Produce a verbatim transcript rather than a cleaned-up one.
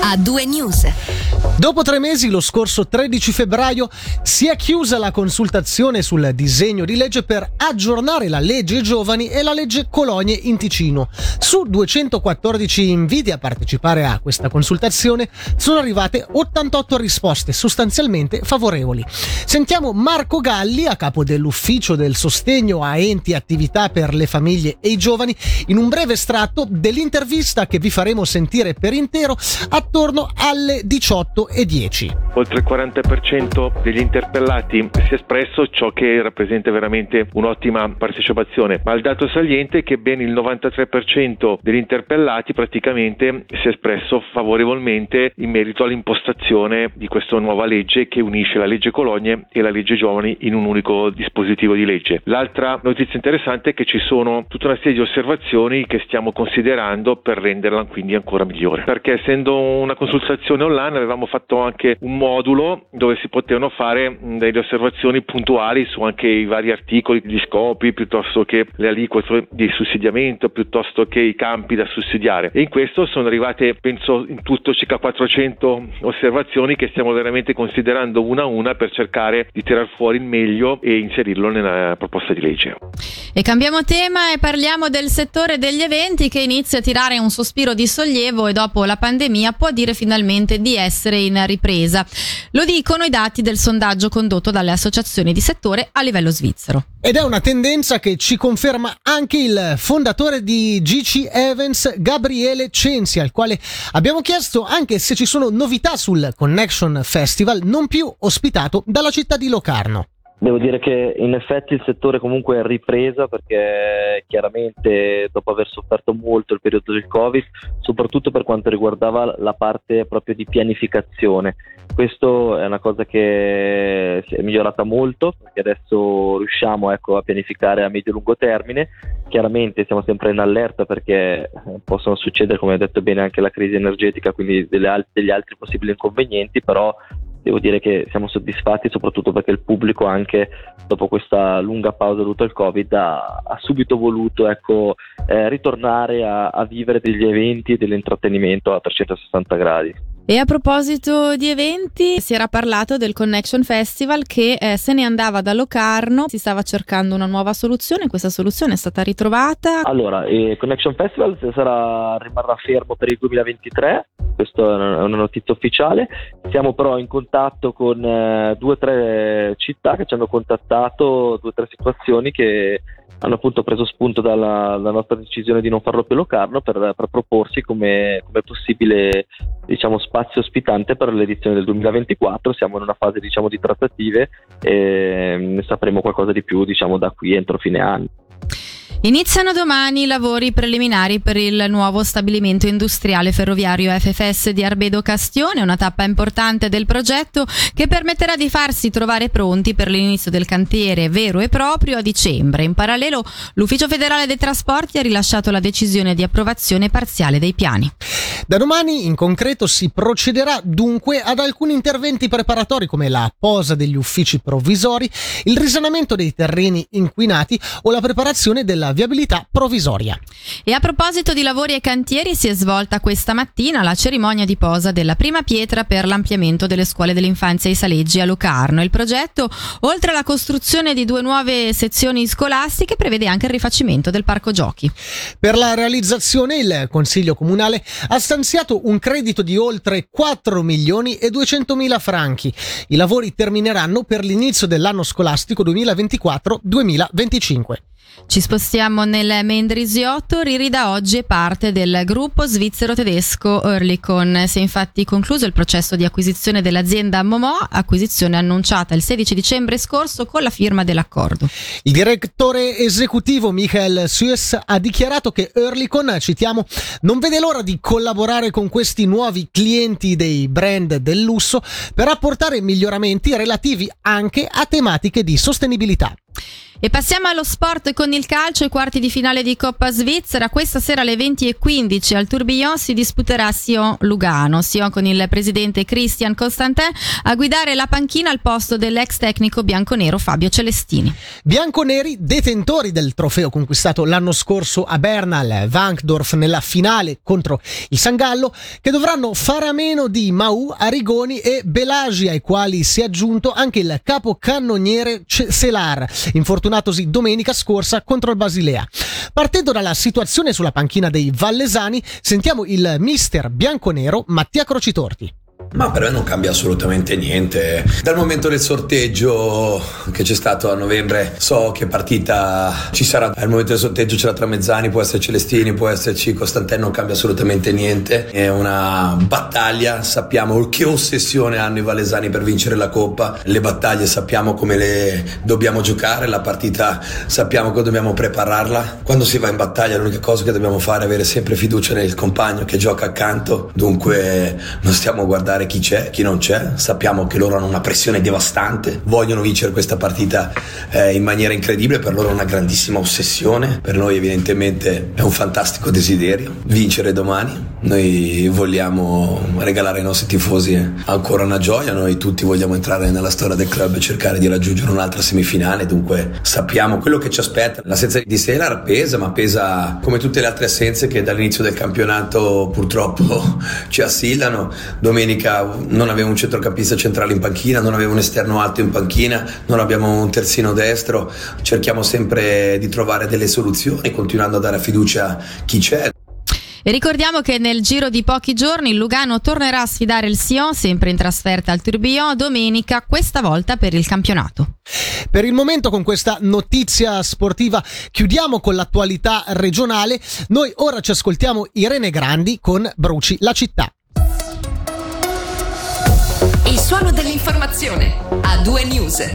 A due News. Dopo tre mesi, lo scorso tredici febbraio, si è chiusa la consultazione sul disegno di legge per aggiornare la legge giovani e la legge colonie in Ticino. Su duecentoquattordici inviti a partecipare a questa consultazione sono arrivate ottantotto risposte sostanzialmente favorevoli. Sentiamo Marco Galli, a capo dell'ufficio del sostegno a enti e attività per le famiglie e i giovani, in un breve estratto dell'intervista che vi faremo sentire per intero attorno alle diciotto e dieci. Oltre il quaranta per cento degli interpellati si è espresso, ciò che rappresenta veramente un'ottima partecipazione, ma il dato saliente è che ben il novantatré per cento degli interpellati praticamente si è espresso favorevolmente in merito all'impostazione di questa nuova legge che unisce la legge colonie e la legge giovani in un unico dispositivo di legge. L'altra notizia interessante è che ci sono tutta una serie di osservazioni che stiamo considerando per renderla quindi ancora migliore, perché essendo una consultazione online avevamo fatto anche un modulo dove si potevano fare delle osservazioni puntuali su anche i vari articoli, gli scopi, piuttosto che le aliquote di sussidiamento, piuttosto che i campi da sussidiare, e in questo sono arrivate, penso, in tutto circa quattrocento osservazioni che stiamo veramente considerando una a una per cercare di tirar fuori il meglio e inserirlo nella proposta di legge. E cambiamo tema e parliamo del settore degli eventi, che inizia a tirare un sospiro di sollievo e dopo la pandemia può dire finalmente di essere in ripresa. Lo dicono i dati del sondaggio condotto dalle associazioni di settore a livello svizzero. Ed è una tendenza che ci conferma anche il fondatore di G C Events, Gabriele Censi, al quale abbiamo chiesto anche se ci sono novità sul Connection Festival, non più ospitato dalla città di Locarno. Devo dire che in effetti il settore comunque è ripresa, perché chiaramente dopo aver sofferto molto il periodo del Covid, soprattutto per quanto riguardava la parte proprio di pianificazione. Questo è una cosa che si è migliorata molto, perché adesso riusciamo ecco, a pianificare a medio-lungo termine. Chiaramente siamo sempre in allerta perché possono succedere, come ha detto bene, anche la crisi energetica, quindi delle, degli altri possibili inconvenienti, però devo dire che siamo soddisfatti, soprattutto perché il pubblico, anche dopo questa lunga pausa dovuta al Covid, ha, ha subito voluto ecco, eh, ritornare a, a vivere degli eventi e dell'intrattenimento a trecentosessanta gradi. E a proposito di eventi, si era parlato del Connection Festival che eh, se ne andava da Locarno, si stava cercando una nuova soluzione, questa soluzione è stata ritrovata. Allora, il Connection Festival sarà, rimarrà fermo per il duemilaventitré, questa è una notizia ufficiale. Siamo però in contatto con eh, due o tre città che ci hanno contattato, due o tre situazioni che hanno appunto preso spunto dalla, dalla nostra decisione di non farlo più Locarno per, per proporsi come, come possibile diciamo spazio ospitante per l'edizione del duemilaventiquattro. Siamo in una fase diciamo di trattative e ne sapremo qualcosa di più diciamo da qui entro fine anno. Iniziano domani i lavori preliminari per il nuovo stabilimento industriale ferroviario F F S di Arbedo Castione, una tappa importante del progetto che permetterà di farsi trovare pronti per l'inizio del cantiere vero e proprio a dicembre. In parallelo, l'Ufficio federale dei trasporti ha rilasciato la decisione di approvazione parziale dei piani. Da domani, in concreto, si procederà dunque ad alcuni interventi preparatori come la posa degli uffici provvisori, il risanamento dei terreni inquinati o la preparazione della viabilità provvisoria. E a proposito di lavori e cantieri, si è svolta questa mattina la cerimonia di posa della prima pietra per l'ampliamento delle scuole dell'infanzia e Saleggi a Locarno. Il progetto, oltre alla costruzione di due nuove sezioni scolastiche, prevede anche il rifacimento del parco giochi. Per la realizzazione il Consiglio Comunale ha stanziato un credito di oltre quattro milioni e duecentomila franchi. I lavori termineranno per l'inizio dell'anno scolastico duemilaventiquattro duemilaventicinque. Ci spostiamo nel Mendrisiotto. Riri da oggi è parte del gruppo svizzero-tedesco Oerlikon. Si è infatti concluso il processo di acquisizione dell'azienda Momoa, acquisizione annunciata il sedici dicembre scorso con la firma dell'accordo. Il direttore esecutivo Michael Suess ha dichiarato che Oerlikon, citiamo, non vede l'ora di collaborare con questi nuovi clienti dei brand del lusso per apportare miglioramenti relativi anche a tematiche di sostenibilità. E passiamo allo sport con il calcio, i quarti di finale di Coppa Svizzera. Questa sera alle venti e quindici al Tourbillon si disputerà Sion-Lugano. Sion con il presidente Christian Constantin a guidare la panchina al posto dell'ex tecnico bianconero Fabio Celestini. Bianconeri detentori del trofeo conquistato l'anno scorso a Berna al Wankdorf nella finale contro il San Gallo, che dovranno fare a meno di Mahou, Arrigoni e Belagi, ai quali si è aggiunto anche il capocannoniere Selar, infortunatosi domenica scorsa contro il Basilea. Partendo dalla situazione sulla panchina dei vallesani, sentiamo il mister bianconero Mattia Crocitorti. Ma per me non cambia assolutamente niente. Dal momento del sorteggio che c'è stato a novembre so che partita ci sarà. Al momento del sorteggio c'era Tramezzani, può essere Celestini, può esserci Costantin, non cambia assolutamente niente. È una battaglia, sappiamo che ossessione hanno i vallesani per vincere la Coppa. Le battaglie sappiamo come le dobbiamo giocare, la partita sappiamo che dobbiamo prepararla. Quando si va in battaglia l'unica cosa che dobbiamo fare è avere sempre fiducia nel compagno che gioca accanto. Dunque non stiamo a guardare chi c'è, chi non c'è, sappiamo che loro hanno una pressione devastante, vogliono vincere questa partita eh, in maniera incredibile, per loro è una grandissima ossessione, per noi evidentemente è un fantastico desiderio vincere domani. Noi vogliamo regalare ai nostri tifosi ancora una gioia, noi tutti vogliamo entrare nella storia del club e cercare di raggiungere un'altra semifinale, dunque sappiamo quello che ci aspetta. L'assenza di Selar pesa, ma pesa come tutte le altre assenze che dall'inizio del campionato purtroppo ci assillano. Domenica non avevo un centrocampista centrale in panchina, non avevo un esterno alto in panchina, non abbiamo un terzino destro, cerchiamo sempre di trovare delle soluzioni continuando a dare fiducia a chi c'è. E ricordiamo che nel giro di pochi giorni il Lugano tornerà a sfidare il Sion, sempre in trasferta al Tourbillon, domenica, questa volta per il campionato. Per il momento, con questa notizia sportiva chiudiamo con l'attualità regionale. Noi ora ci ascoltiamo Irene Grandi con Bruci la città. Il suono dell'informazione a due News.